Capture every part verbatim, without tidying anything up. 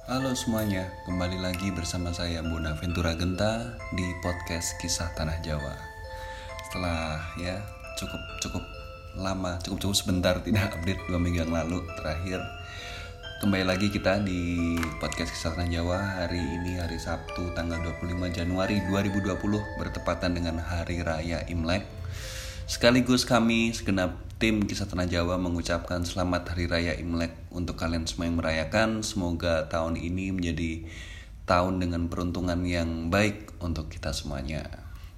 Halo semuanya, kembali lagi bersama saya Bonaventura Genta di podcast Kisah Tanah Jawa. Setelah ya cukup cukup lama, cukup cukup sebentar tidak update dua minggu yang lalu terakhir. Kembali lagi kita di podcast Kisah Tanah Jawa. Hari ini hari Sabtu tanggal dua puluh lima Januari dua ribu dua puluh bertepatan dengan Hari Raya Imlek. Sekaligus kami segenap tim Kisah Tanah Jawa mengucapkan selamat Hari Raya Imlek untuk kalian semua yang merayakan. Semoga tahun ini menjadi tahun dengan peruntungan yang baik untuk kita semuanya.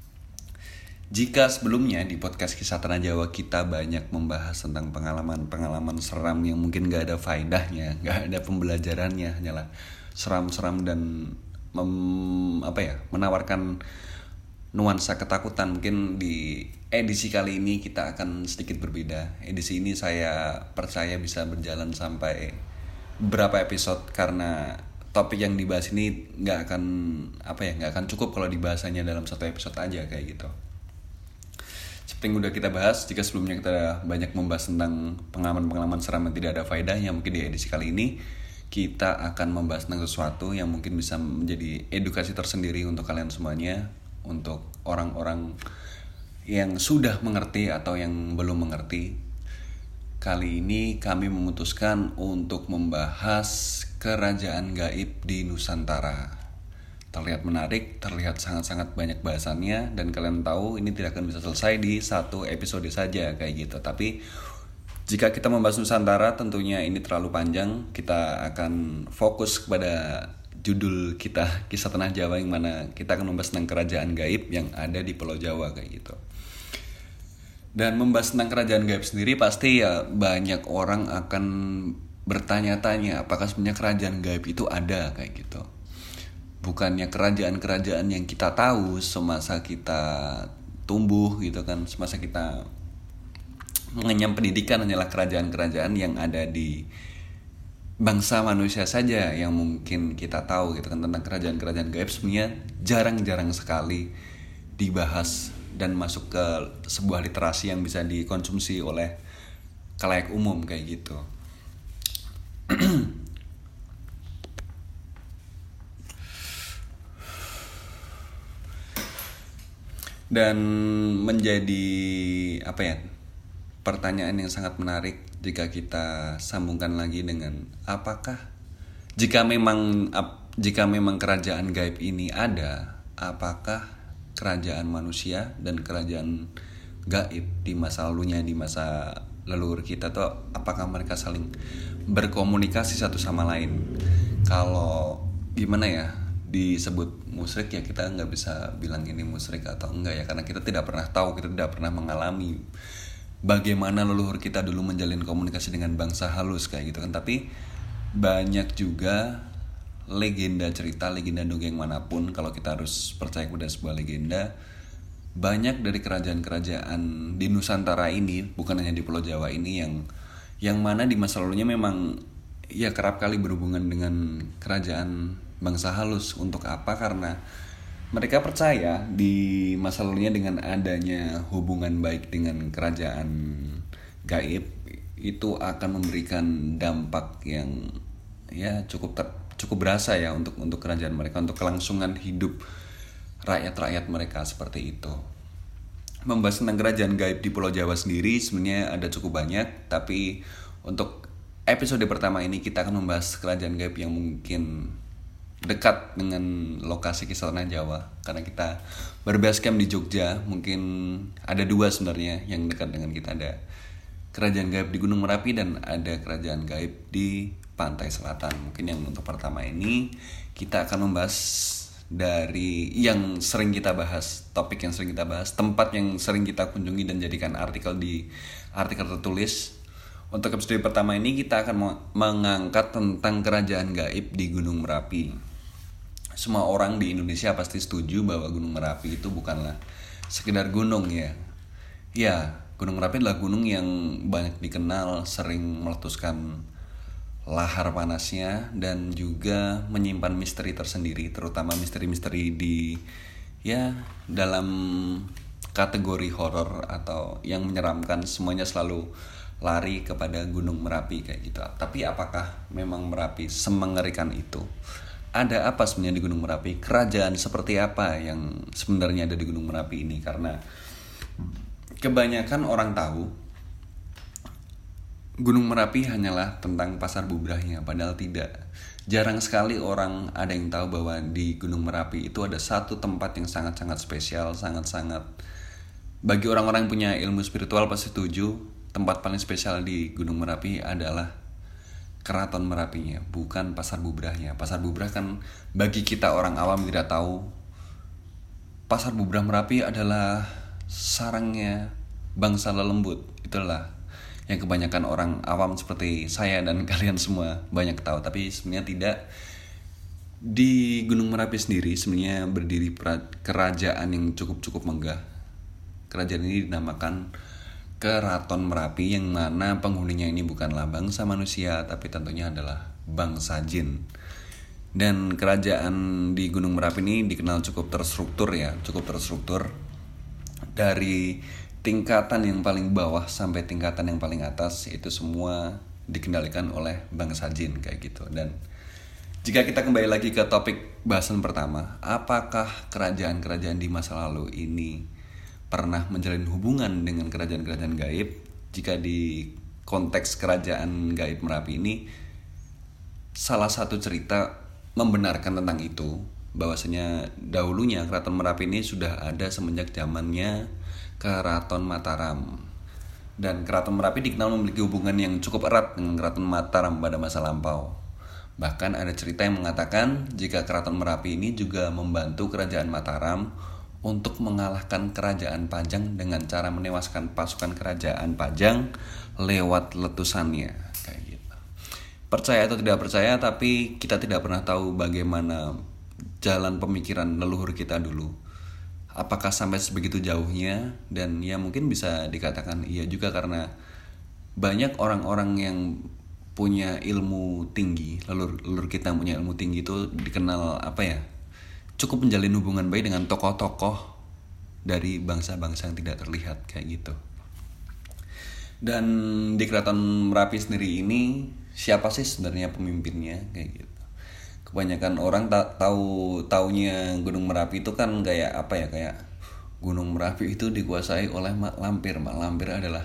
Jika sebelumnya di podcast Kisah Tanah Jawa kita banyak membahas tentang pengalaman-pengalaman seram yang mungkin gak ada faedahnya, gak ada pembelajarannya, hanyalah seram-seram dan mem, apa ya, menawarkan nuansa ketakutan. Mungkin di edisi kali ini kita akan sedikit berbeda. Edisi ini saya percaya bisa berjalan sampai beberapa episode karena topik yang dibahas ini nggak akan apa ya nggak akan cukup kalau dibahasanya dalam satu episode aja kayak gitu. Seperti yang udah kita bahas, jika sebelumnya kita banyak membahas tentang pengalaman-pengalaman seram yang tidak ada faedahnya, mungkin di edisi kali ini kita akan membahas tentang sesuatu yang mungkin bisa menjadi edukasi tersendiri untuk kalian semuanya, untuk orang-orang yang sudah mengerti atau yang belum mengerti. Kali ini kami memutuskan untuk membahas kerajaan gaib di Nusantara. Terlihat menarik, terlihat sangat-sangat banyak bahasannya, dan kalian tahu ini tidak akan bisa selesai di satu episode saja kayak gitu. Tapi jika kita membahas Nusantara tentunya ini terlalu panjang. Kita akan fokus kepada judul kita Kisah Tanah Jawa, yang mana kita akan membahas tentang kerajaan gaib yang ada di Pulau Jawa kayak gitu. Dan membahas tentang kerajaan gaib sendiri pasti ya banyak orang akan bertanya-tanya apakah sebenarnya kerajaan gaib itu ada kayak gitu. Bukannya kerajaan-kerajaan yang kita tahu semasa kita tumbuh gitu kan, semasa kita mengenyam pendidikan hanyalah kerajaan-kerajaan yang ada di bangsa manusia saja yang mungkin kita tahu gitu kan. Tentang kerajaan-kerajaan gaib sebenarnya jarang-jarang sekali dibahas dan masuk ke sebuah literasi yang bisa dikonsumsi oleh khalayak umum kayak gitu. Dan menjadi apa ya, pertanyaan yang sangat menarik jika kita sambungkan lagi dengan apakah jika memang jika memang kerajaan gaib ini ada, apakah kerajaan manusia dan kerajaan gaib di masa lalunya, di masa leluhur kita tuh, apakah mereka saling berkomunikasi satu sama lain? Kalau gimana ya, disebut musyrik ya kita nggak bisa bilang ini musyrik atau enggak ya, karena kita tidak pernah tahu, kita tidak pernah mengalami bagaimana leluhur kita dulu menjalin komunikasi dengan bangsa halus kayak gitu kan. Tapi banyak juga legenda cerita, legenda dongeng manapun, kalau kita harus percaya kepada sebuah legenda, banyak dari kerajaan-kerajaan di Nusantara ini, bukan hanya di Pulau Jawa ini, yang yang mana di masa lalunya memang ya kerap kali berhubungan dengan kerajaan bangsa halus. Untuk apa? Karena mereka percaya di masa lalunya dengan adanya hubungan baik dengan kerajaan gaib itu akan memberikan dampak yang ya cukup ter, cukup berasa ya untuk untuk kerajaan mereka, untuk kelangsungan hidup rakyat-rakyat mereka seperti itu. Membahas tentang kerajaan gaib di Pulau Jawa sendiri sebenarnya ada cukup banyak, tapi untuk episode pertama ini kita akan membahas kerajaan gaib yang mungkin dekat dengan lokasi Kisah Tanah Jawa, karena kita berbase camp di Jogja. Mungkin ada dua sebenarnya yang dekat dengan kita, ada kerajaan gaib di Gunung Merapi dan ada kerajaan gaib di Pantai Selatan. Mungkin yang untuk pertama ini kita akan membahas dari yang sering kita bahas, topik yang sering kita bahas, tempat yang sering kita kunjungi dan jadikan artikel di artikel tertulis. Untuk episode pertama ini kita akan mengangkat tentang kerajaan gaib di Gunung Merapi. Semua orang di Indonesia pasti setuju bahwa Gunung Merapi itu bukanlah sekedar gunung ya. Ya, Gunung Merapi adalah gunung yang banyak dikenal sering meletuskan lahar panasnya dan juga menyimpan misteri tersendiri, terutama misteri-misteri di ya dalam kategori horor atau yang menyeramkan. Semuanya selalu lari kepada Gunung Merapi kayak gitu. Tapi apakah memang Merapi semengerikan itu? Ada apa sebenarnya di Gunung Merapi? Kerajaan seperti apa yang sebenarnya ada di Gunung Merapi ini? Karena kebanyakan orang tahu Gunung Merapi hanyalah tentang pasar bubrahnya, padahal tidak. Jarang sekali orang ada yang tahu bahwa di Gunung Merapi itu ada satu tempat yang sangat-sangat spesial, sangat-sangat bagi orang-orang yang punya ilmu spiritual pasti setuju. Tempat paling spesial di Gunung Merapi adalah Keraton Merapinya, bukan pasar bubrahnya. Pasar bubrah kan bagi kita orang awam tidak tahu. Pasar bubrah Merapi adalah sarangnya bangsa lelembut. Itulah yang kebanyakan orang awam seperti saya dan kalian semua banyak tahu, tapi sebenarnya tidak. Di Gunung Merapi sendiri sebenarnya berdiri kerajaan yang cukup-cukup megah. Kerajaan ini dinamakan Keraton Merapi, yang mana penghuninya ini bukanlah bangsa manusia, tapi tentunya adalah bangsa jin. Dan kerajaan di Gunung Merapi ini dikenal cukup terstruktur ya, cukup terstruktur dari tingkatan yang paling bawah sampai tingkatan yang paling atas itu semua dikendalikan oleh bangsa jin kayak gitu. Dan jika kita kembali lagi ke topik bahasan pertama, apakah kerajaan-kerajaan di masa lalu ini pernah menjalin hubungan dengan kerajaan-kerajaan gaib? Jika di konteks kerajaan gaib Merapi ini, salah satu cerita membenarkan tentang itu, bahwasanya dahulunya Keraton Merapi ini sudah ada semenjak zamannya Keraton Mataram. Dan Keraton Merapi dikenal memiliki hubungan yang cukup erat dengan Keraton Mataram pada masa lampau. Bahkan ada cerita yang mengatakan jika Keraton Merapi ini juga membantu Kerajaan Mataram untuk mengalahkan Kerajaan Pajang dengan cara menewaskan pasukan Kerajaan Pajang lewat letusannya kayak gitu. Percaya atau tidak percaya, tapi kita tidak pernah tahu bagaimana jalan pemikiran leluhur kita dulu. Apakah sampai sebegitu jauhnya? Dan ya mungkin bisa dikatakan iya juga, karena banyak orang-orang yang punya ilmu tinggi, leluhur, leluhur kita yang punya ilmu tinggi itu dikenal apa ya, cukup menjalin hubungan baik dengan tokoh-tokoh dari bangsa-bangsa yang tidak terlihat kayak gitu. Dan di Keraton Merapi sendiri ini siapa sih sebenarnya pemimpinnya kayak gitu? Kebanyakan orang tak tahu taunya Gunung Merapi itu kan kayak apa ya, kayak Gunung Merapi itu dikuasai oleh Mak Lampir. Mak Lampir adalah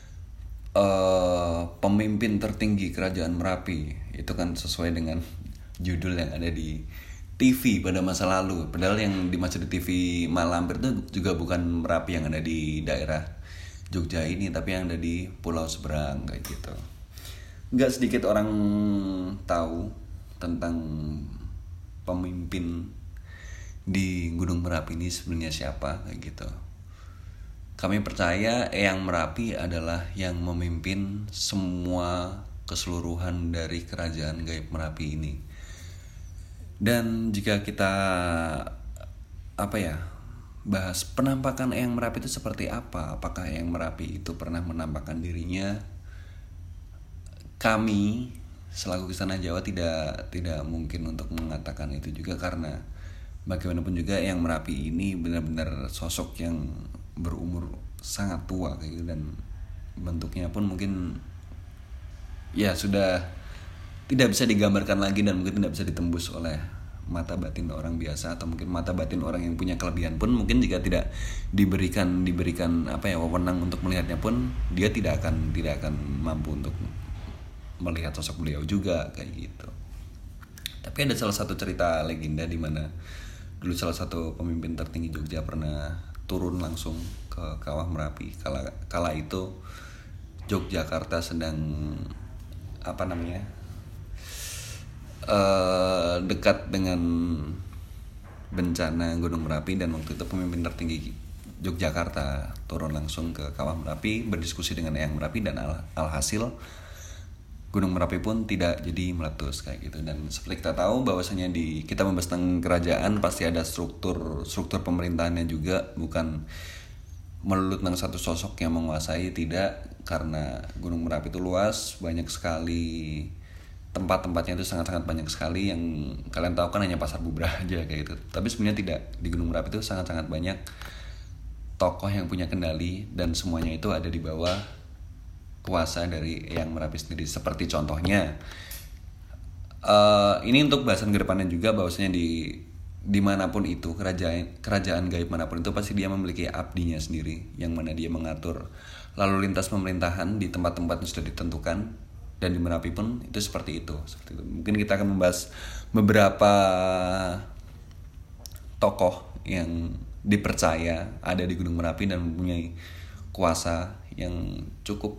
uh, pemimpin tertinggi Kerajaan Merapi. Itu kan sesuai dengan judul yang ada di T V pada masa lalu. Padahal yang dimaksud di T V Mak Lampir itu juga bukan Merapi yang ada di daerah Jogja ini, tapi yang ada di Pulau Seberang kayak gitu. Nggak sedikit orang tahu tentang pemimpin di Gunung Merapi ini sebenarnya siapa kayak gitu. Kami percaya Eyang Merapi adalah yang memimpin semua keseluruhan dari kerajaan gaib Merapi ini. Dan jika kita apa ya, bahas penampakan Eyang Merapi itu seperti apa? Apakah Eyang Merapi itu pernah menampakkan dirinya? Kami selaku Kisahnah Jawa tidak tidak mungkin untuk mengatakan itu juga, karena bagaimanapun juga Eyang Merapi ini benar-benar sosok yang berumur sangat tua kayak gitu, dan bentuknya pun mungkin ya sudah tidak bisa digambarkan lagi dan mungkin tidak bisa ditembus oleh mata batin orang biasa, atau mungkin mata batin orang yang punya kelebihan pun mungkin jika tidak diberikan diberikan apa ya wewenang untuk melihatnya pun dia tidak akan tidak akan mampu untuk melihat sosok beliau juga kayak gitu. Tapi ada salah satu cerita legenda di mana dulu salah satu pemimpin tertinggi Jogja pernah turun langsung ke kawah Merapi. Kala kala itu Yogyakarta sedang apa namanya uh, dekat dengan bencana Gunung Merapi, dan waktu itu pemimpin tertinggi Yogyakarta turun langsung ke kawah Merapi berdiskusi dengan Eyang Merapi, dan al- alhasil Gunung Merapi pun tidak jadi meletus kayak gitu. Dan seperti kita tahu bahwasanya di kita membahas tentang kerajaan pasti ada struktur struktur pemerintahannya juga, bukan melulu tentang satu sosok yang menguasai, tidak, karena Gunung Merapi itu luas, banyak sekali tempat-tempatnya, itu sangat-sangat banyak sekali. Yang kalian tahu kan hanya pasar bubrah aja kayak gitu, tapi sebenarnya tidak. Di Gunung Merapi itu sangat-sangat banyak tokoh yang punya kendali, dan semuanya itu ada di bawah kuasa dari Eyang Merapi sendiri. Seperti contohnya, uh, ini untuk bahasan kedepannya juga, bahwasanya di dimanapun itu, kerajaan kerajaan gaib manapun itu pasti dia memiliki abdinya sendiri, yang mana dia mengatur lalu lintas pemerintahan di tempat-tempat yang sudah ditentukan. Dan di Merapi pun itu seperti itu, seperti itu. Mungkin kita akan membahas beberapa tokoh yang dipercaya ada di Gunung Merapi dan mempunyai kuasa yang cukup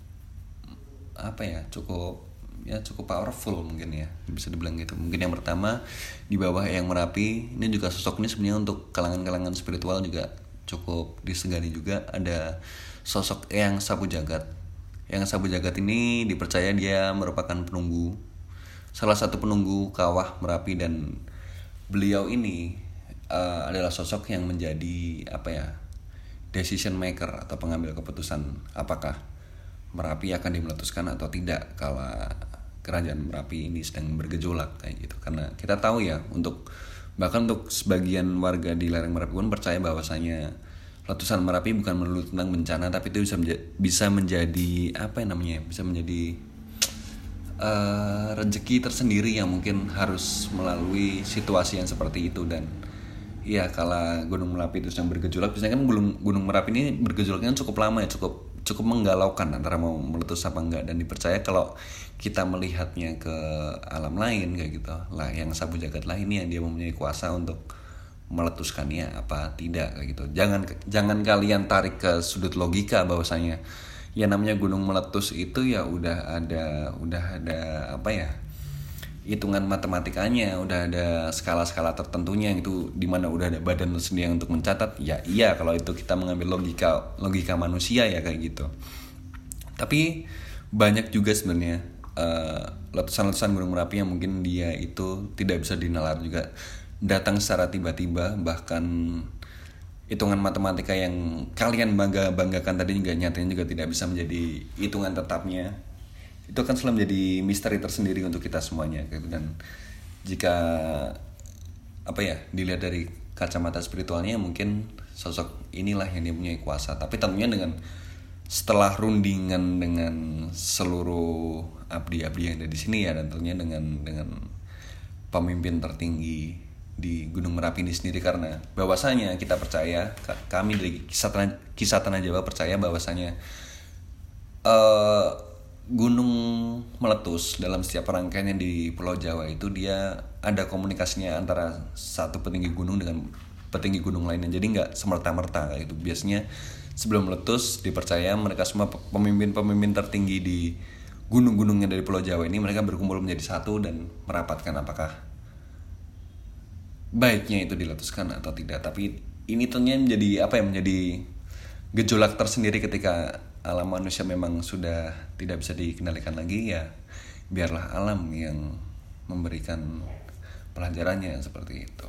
apa ya, cukup ya cukup powerful mungkin ya, bisa dibilang gitu. Mungkin yang pertama di bawah Eyang Merapi, ini juga sosok ini sebenarnya untuk kalangan-kalangan spiritual juga cukup disegani juga, ada sosok Eyang Sapu Jagat. Eyang Sapu Jagat ini dipercaya dia merupakan penunggu, salah satu penunggu kawah Merapi, dan beliau ini uh, adalah sosok yang menjadi apa ya, decision maker atau pengambil keputusan apakah Merapi akan dimeletuskan atau tidak kala kerajaan Merapi ini sedang bergejolak kayak gitu. Karena kita tahu ya, untuk bahkan untuk sebagian warga di lereng Merapi pun percaya bahwasanya letusan Merapi bukan melulu tentang bencana, tapi itu bisa menjadi, bisa menjadi apa yang namanya, bisa menjadi uh, rezeki tersendiri yang mungkin harus melalui situasi yang seperti itu. Dan ya, kala Gunung Merapi itu sedang bergejolak, biasanya kan gunung Gunung Merapi ini bergejolaknya cukup lama ya, cukup cukup menggalaukan antara mau meletus apa enggak. Dan dipercaya kalau kita melihatnya ke alam lain kayak gitu lah, yang Sapu Jagat lah ini yang dia mempunyai kuasa untuk meletuskannya apa tidak kayak gitu. Jangan jangan kalian tarik ke sudut logika bahwasanya ya namanya gunung meletus itu ya udah ada udah ada apa ya, hitungan matematikanya, udah ada skala-skala tertentunya itu, dimana udah ada badan sendiri untuk mencatat. Ya iya, kalau itu kita mengambil logika logika manusia ya kayak gitu. Tapi banyak juga sebenarnya uh, letusan-letusan Gunung Merapi yang mungkin dia itu tidak bisa dinalar juga, datang secara tiba-tiba. Bahkan hitungan matematika yang kalian bangga-banggakan tadi juga nyatanya juga tidak bisa menjadi hitungan tetapnya. Itu kan selalu menjadi misteri tersendiri untuk kita semuanya gitu. Dan jika apa ya, dilihat dari kacamata spiritualnya, mungkin sosok inilah yang dia punya kuasa. Tapi tentunya dengan setelah rundingan dengan seluruh abdi-abdi yang ada di sini ya, dan tentunya dengan dengan pemimpin tertinggi di Gunung Merapi ini sendiri. Karena bahwasanya kita percaya, kami dari kisah tanah, kisah tanah Jawa percaya bahwasanya uh, gunung meletus dalam setiap rangkaiannya di Pulau Jawa itu dia ada komunikasinya antara satu petinggi gunung dengan petinggi gunung lainnya. Jadi nggak semerta-merta kayak gitu. Biasanya sebelum meletus dipercaya mereka semua pemimpin-pemimpin tertinggi di gunung-gunungnya dari Pulau Jawa ini, mereka berkumpul menjadi satu dan merapatkan apakah baiknya itu diletuskan atau tidak. Tapi ini tentunya menjadi apa ya, menjadi gejolak tersendiri ketika alam manusia memang sudah tidak bisa dikendalikan lagi. Ya biarlah alam yang memberikan pelajarannya seperti itu.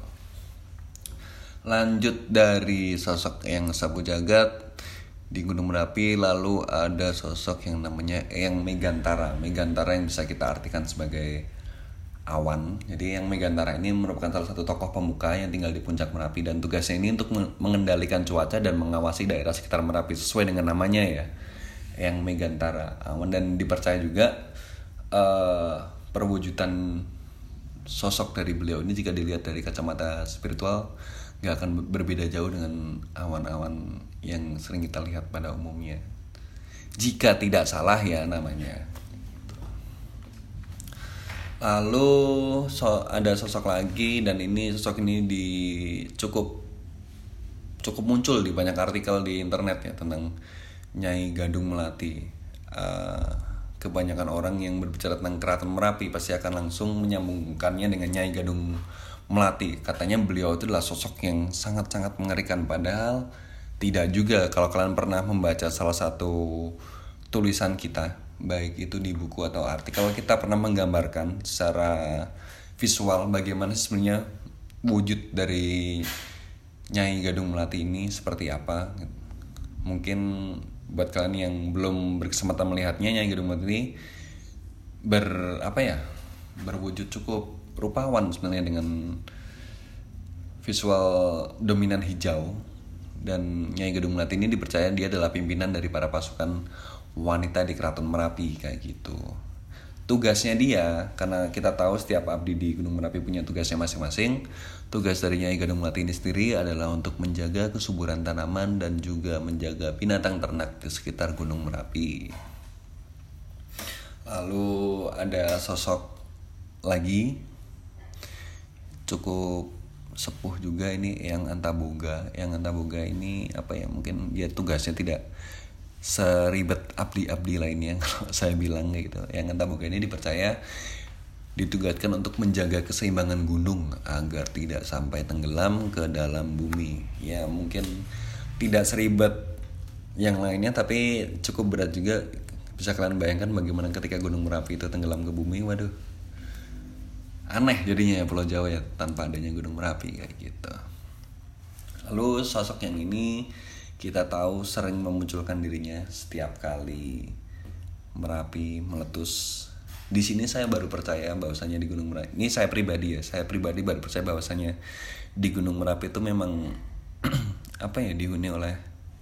Lanjut dari sosok Eyang Sapu Jagat di Gunung Merapi, lalu ada sosok yang namanya Eyang Megantara. Megantara yang bisa kita artikan sebagai awan. Jadi Eyang Megantara ini merupakan salah satu tokoh pemuka yang tinggal di puncak Merapi, dan tugasnya ini untuk mengendalikan cuaca dan mengawasi daerah sekitar Merapi sesuai dengan namanya ya, Eyang Megantara awan. Dan dipercaya juga uh, perwujudan sosok dari beliau ini jika dilihat dari kacamata spiritual gak akan berbeda jauh dengan awan-awan yang sering kita lihat pada umumnya, jika tidak salah ya namanya. Lalu so, ada sosok lagi, dan ini sosok ini di cukup cukup muncul di banyak artikel di internet ya tentang Nyai Gadung Melati. Uh, kebanyakan orang yang berbicara tentang Keraton Merapi pasti akan langsung menyambungkannya dengan Nyai Gadung Melati. Katanya beliau itu adalah sosok yang sangat-sangat mengerikan, padahal tidak juga. Kalau kalian pernah membaca salah satu tulisan kita, baik itu di buku atau artikel, kita pernah menggambarkan secara visual bagaimana sebenarnya wujud dari Nyai Gadung Melati ini seperti apa. Mungkin buat kalian yang belum berkesempatan melihatnya, Nyai Gadung Melati ini ber apa ya berwujud cukup rupawan sebenarnya, dengan visual dominan hijau. Dan Nyai Gadung Melati ini dipercaya dia adalah pimpinan dari para pasukan wanita di Keraton Merapi kayak gitu. Tugasnya dia, karena kita tahu setiap abdi di Gunung Merapi punya tugasnya masing-masing. Tugas dari Nyai Gadang Melati ini sendiri adalah untuk menjaga kesuburan tanaman dan juga menjaga binatang ternak di sekitar Gunung Merapi. Lalu ada sosok lagi cukup sepuh juga ini, yang Antaboga. Yang Antaboga ini apa ya, mungkin dia tugasnya tidak seribet abdi-abdi lainnya kalau saya bilang kayak gitu. Yang Antaboga ini dipercaya ditugaskan untuk menjaga keseimbangan gunung agar tidak sampai tenggelam ke dalam bumi. Ya mungkin tidak seribet yang lainnya, tapi cukup berat juga. Bisa kalian bayangkan bagaimana ketika Gunung Merapi itu tenggelam ke bumi. Waduh, aneh jadinya ya Pulau Jawa ya tanpa adanya Gunung Merapi kayak gitu. Lalu sosok yang ini kita tahu sering memunculkan dirinya setiap kali Merapi meletus. Di sini saya baru percaya bahwasanya di Gunung Merapi, ini saya pribadi ya, saya pribadi baru percaya bahwasanya di Gunung Merapi itu memang apa ya, dihuni oleh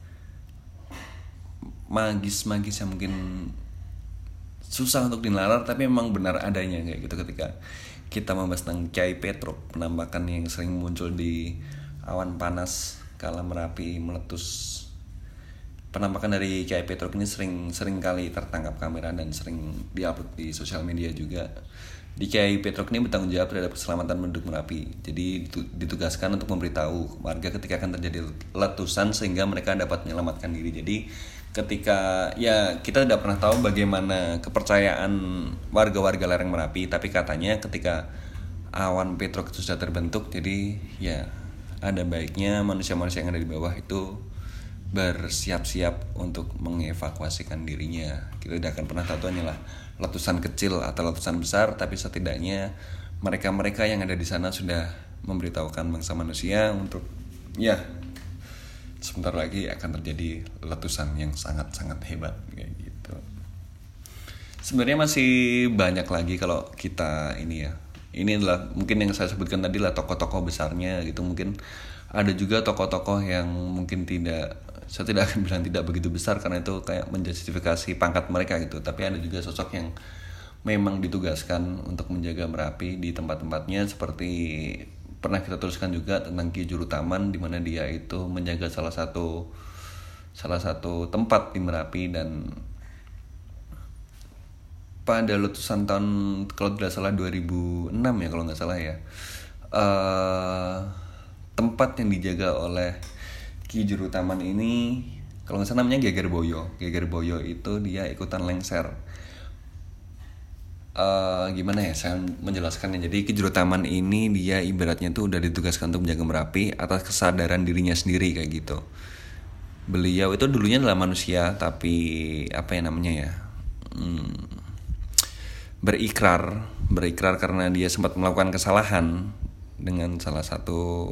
magis-magis yang mungkin susah untuk dinalar, tapi memang benar adanya kayak gitu. Ketika kita membahas tentang Kyai Petruk, penampakan yang sering muncul di awan panas kala Merapi meletus. Penampakan dari Kyai Petruk ini sering sering kali tertangkap kamera dan sering diupload di sosial media juga. Di Kyai Petruk ini bertanggung jawab terhadap keselamatan penduduk Merapi. Jadi ditugaskan untuk memberitahu warga ketika akan terjadi letusan sehingga mereka dapat menyelamatkan diri. Jadi ketika ya kita tidak pernah tahu bagaimana kepercayaan warga-warga lereng Merapi, tapi katanya ketika awan Petruk itu sudah terbentuk, jadi ya ada baiknya manusia-manusia yang ada di bawah itu bersiap-siap untuk mengevakuasikan dirinya. Kita tidak akan pernah tahu hanyalah letusan kecil atau letusan besar, tapi setidaknya mereka-mereka yang ada di sana sudah memberitahukan bangsa manusia untuk ya sebentar lagi akan terjadi letusan yang sangat-sangat hebat kayak gitu. Sebenarnya masih banyak lagi kalau kita ini ya. Ini adalah mungkin yang saya sebutkan tadi lah tokoh-tokoh besarnya gitu. Mungkin ada juga tokoh-tokoh yang mungkin tidak, saya tidak akan bilang tidak begitu besar karena itu kayak menjustifikasi pangkat mereka gitu. Tapi ada juga sosok yang memang ditugaskan untuk menjaga Merapi di tempat-tempatnya, seperti pernah kita tuliskan juga tentang Ki Jurutaman, di mana dia itu menjaga salah satu salah satu tempat di Merapi. Dan pada letusan tahun kalau tidak salah dua ribu enam ya kalau nggak salah ya, uh, tempat yang dijaga oleh Ki Jurutaman ini kalau nggak salah namanya Geger Boyo. Geger Boyo itu dia ikutan lengser. Uh, gimana ya saya menjelaskannya. Jadi Ki Jurutaman ini dia ibaratnya tuh udah ditugaskan untuk menjaga Merapi atas kesadaran dirinya sendiri kayak gitu. Beliau itu dulunya adalah manusia, tapi apa ya namanya ya, hmm, berikrar berikrar karena dia sempat melakukan kesalahan dengan salah satu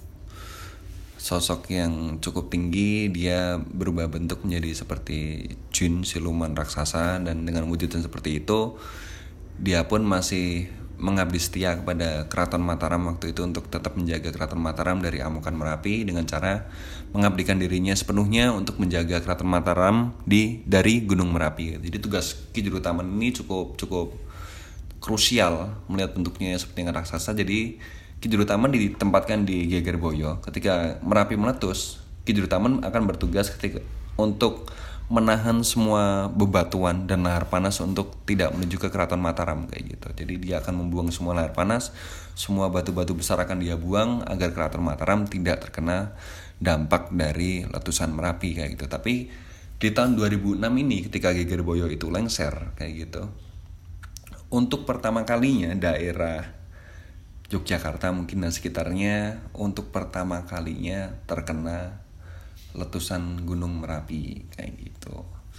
sosok yang cukup tinggi. Dia berubah bentuk menjadi seperti jin, siluman raksasa, dan dengan wujudan seperti itu dia pun masih mengabdi setia kepada Keraton Mataram waktu itu untuk tetap menjaga Keraton Mataram dari amukan Merapi dengan cara mengabdikan dirinya sepenuhnya untuk menjaga Keraton Mataram di dari Gunung Merapi. Jadi tugas Ki Jurutaman ini cukup cukup krusial melihat bentuknya seperti yang raksasa. Jadi Ki Jurutaman ditempatkan di Geger Boyo. Ketika Merapi meletus, Ki Jurutaman akan bertugas ketika untuk menahan semua bebatuan dan lahar panas untuk tidak menuju ke Keraton Mataram kayak gitu. Jadi dia akan membuang semua lahar panas, semua batu-batu besar akan dia buang agar Keraton Mataram tidak terkena dampak dari letusan Merapi kayak gitu. Tapi di tahun dua ribu enam ini ketika Geger Boyo itu lengser kayak gitu, untuk pertama kalinya daerah Yogyakarta mungkin dan sekitarnya untuk pertama kalinya terkena letusan Gunung Merapi kayak gitu.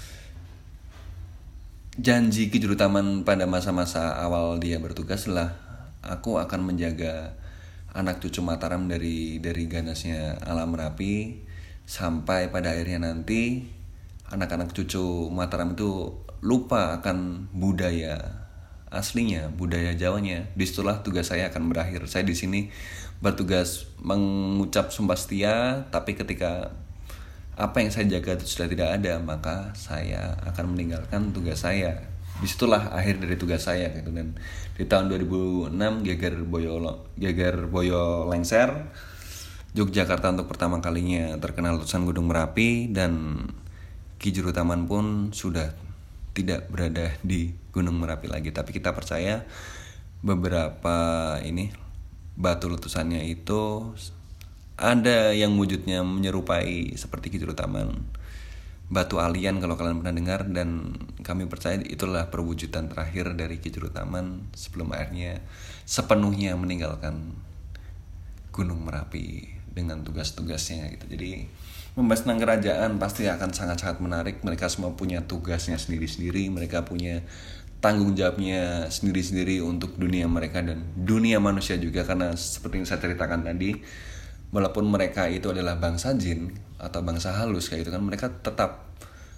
Janji Ki Jurutaman pada masa-masa awal dia bertugas adalah aku akan menjaga anak cucu Mataram dari dari ganasnya alam Merapi sampai pada akhirnya nanti anak-anak cucu Mataram itu lupa akan budaya aslinya, budaya Jawanya. Disitulah tugas saya akan berakhir. Saya di sini bertugas mengucap sumpah setia, tapi ketika apa yang saya jaga itu sudah tidak ada, maka saya akan meninggalkan tugas saya. Disitulah akhir dari tugas saya gitu. Dan di tahun dua ribu enam Geger Boyo Geger Boyo lengser, Yogyakarta untuk pertama kalinya terkena letusan Gunung Merapi, dan Ki Juru Taman pun sudah tidak berada di Gunung Merapi lagi. Tapi kita percaya beberapa ini batu letusannya itu ada yang wujudnya menyerupai seperti Ki Juru Taman, batu alien kalau kalian pernah dengar, dan kami percaya itulah perwujudan terakhir dari Ki Juru Taman sebelum akhirnya sepenuhnya meninggalkan Gunung Merapi dengan tugas-tugasnya gitu. Jadi membahas tentang kerajaan pasti akan sangat-sangat menarik. Mereka semua punya tugasnya sendiri-sendiri, mereka punya tanggung jawabnya sendiri-sendiri untuk dunia mereka dan dunia manusia juga. Karena seperti yang saya ceritakan tadi, walaupun mereka itu adalah bangsa jin atau bangsa halus kayak gitu kan, mereka tetap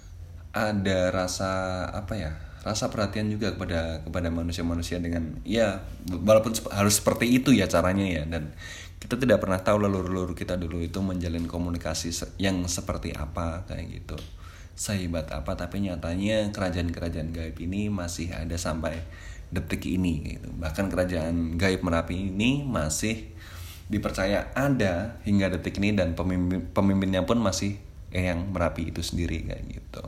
ada rasa apa ya, rasa perhatian juga kepada kepada manusia-manusia dengan ya walaupun harus seperti itu ya caranya ya. Dan kita tidak pernah tahu leluhur-leluhur kita dulu itu menjalin komunikasi yang seperti apa kayak gitu, sehebat apa. Tapi nyatanya kerajaan-kerajaan gaib ini masih ada sampai detik ini gitu. Bahkan kerajaan gaib Merapi ini masih dipercaya ada hingga detik ini, dan pemimpin, pemimpinnya pun masih Eyang Merapi itu sendiri kayak gitu.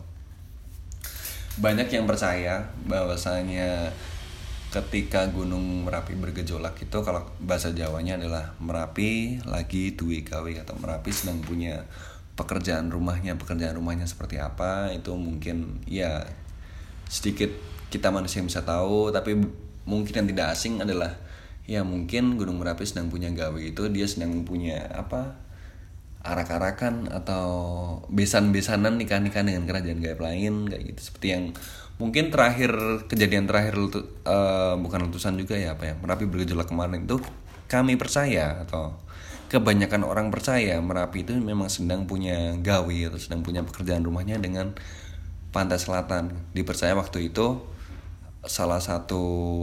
Banyak yang percaya bahwasanya ketika Gunung Merapi bergejolak itu, kalau bahasa Jawanya adalah Merapi lagi duwe gawe, atau Merapi sedang punya pekerjaan rumahnya. Pekerjaan rumahnya seperti apa itu mungkin ya sedikit kita manusia yang bisa tahu, tapi mungkin yang tidak asing adalah ya mungkin Gunung Merapi sedang punya gawe itu, dia sedang punya apa, arak-arakan atau besan-besanan nikah-nikah dengan kerajaan gaib lain kayak gitu. Seperti yang mungkin terakhir, kejadian terakhir uh, bukan letusan juga ya apa ya, Merapi bergejolak kemarin itu, kami percaya atau kebanyakan orang percaya Merapi itu memang sedang punya gawe atau sedang punya pekerjaan rumahnya dengan pantai selatan. Dipercaya waktu itu salah satu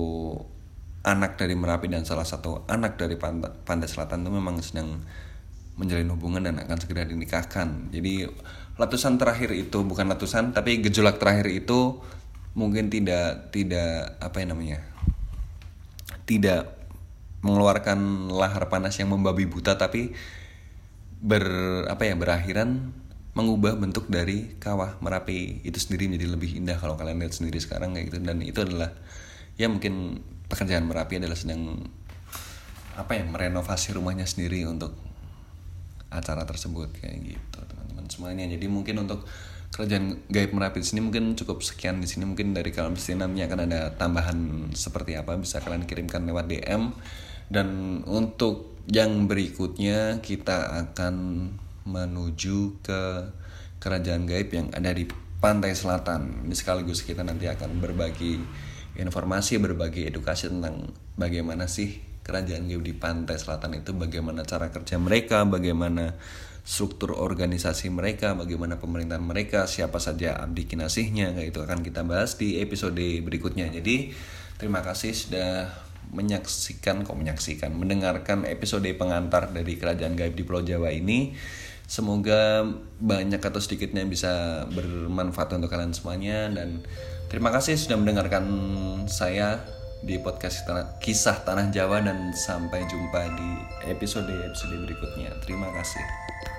anak dari Merapi dan salah satu anak dari pantai, pantai selatan itu memang sedang menjalin hubungan dan akan segera dinikahkan. Jadi letusan terakhir itu bukan letusan, tapi gejolak terakhir itu mungkin tidak tidak apa yang namanya, tidak mengeluarkan lahar panas yang membabi buta, tapi ber apa ya berakhiran mengubah bentuk dari kawah Merapi itu sendiri menjadi lebih indah kalau kalian lihat sendiri sekarang kayak gitu. Dan itu adalah ya mungkin pekerjaan Merapi adalah sedang apa ya merenovasi rumahnya sendiri untuk acara tersebut kayak gitu teman-teman semuanya. Jadi mungkin untuk kerajaan gaib Merapi di sini mungkin cukup sekian di sini. Mungkin dari kalian pasti nantinya akan ada tambahan seperti apa, bisa kalian kirimkan lewat D M. Dan untuk yang berikutnya kita akan menuju ke kerajaan gaib yang ada di pantai selatan. Ini sekaligus kita nanti akan berbagi informasi, berbagi edukasi tentang bagaimana sih kerajaan gaib di pantai selatan itu, bagaimana cara kerja mereka, bagaimana struktur organisasi mereka, bagaimana pemerintahan mereka, siapa saja abdi kinasihnya, kayak itu akan kita bahas di episode berikutnya. Jadi terima kasih sudah menyaksikan, kok menyaksikan, mendengarkan episode pengantar dari kerajaan gaib di Pulau Jawa ini. Semoga banyak atau sedikitnya bisa bermanfaat untuk kalian semuanya, dan terima kasih sudah mendengarkan saya di podcast Kisah Tanah Jawa, dan sampai jumpa di episode-episode berikutnya. Terima kasih.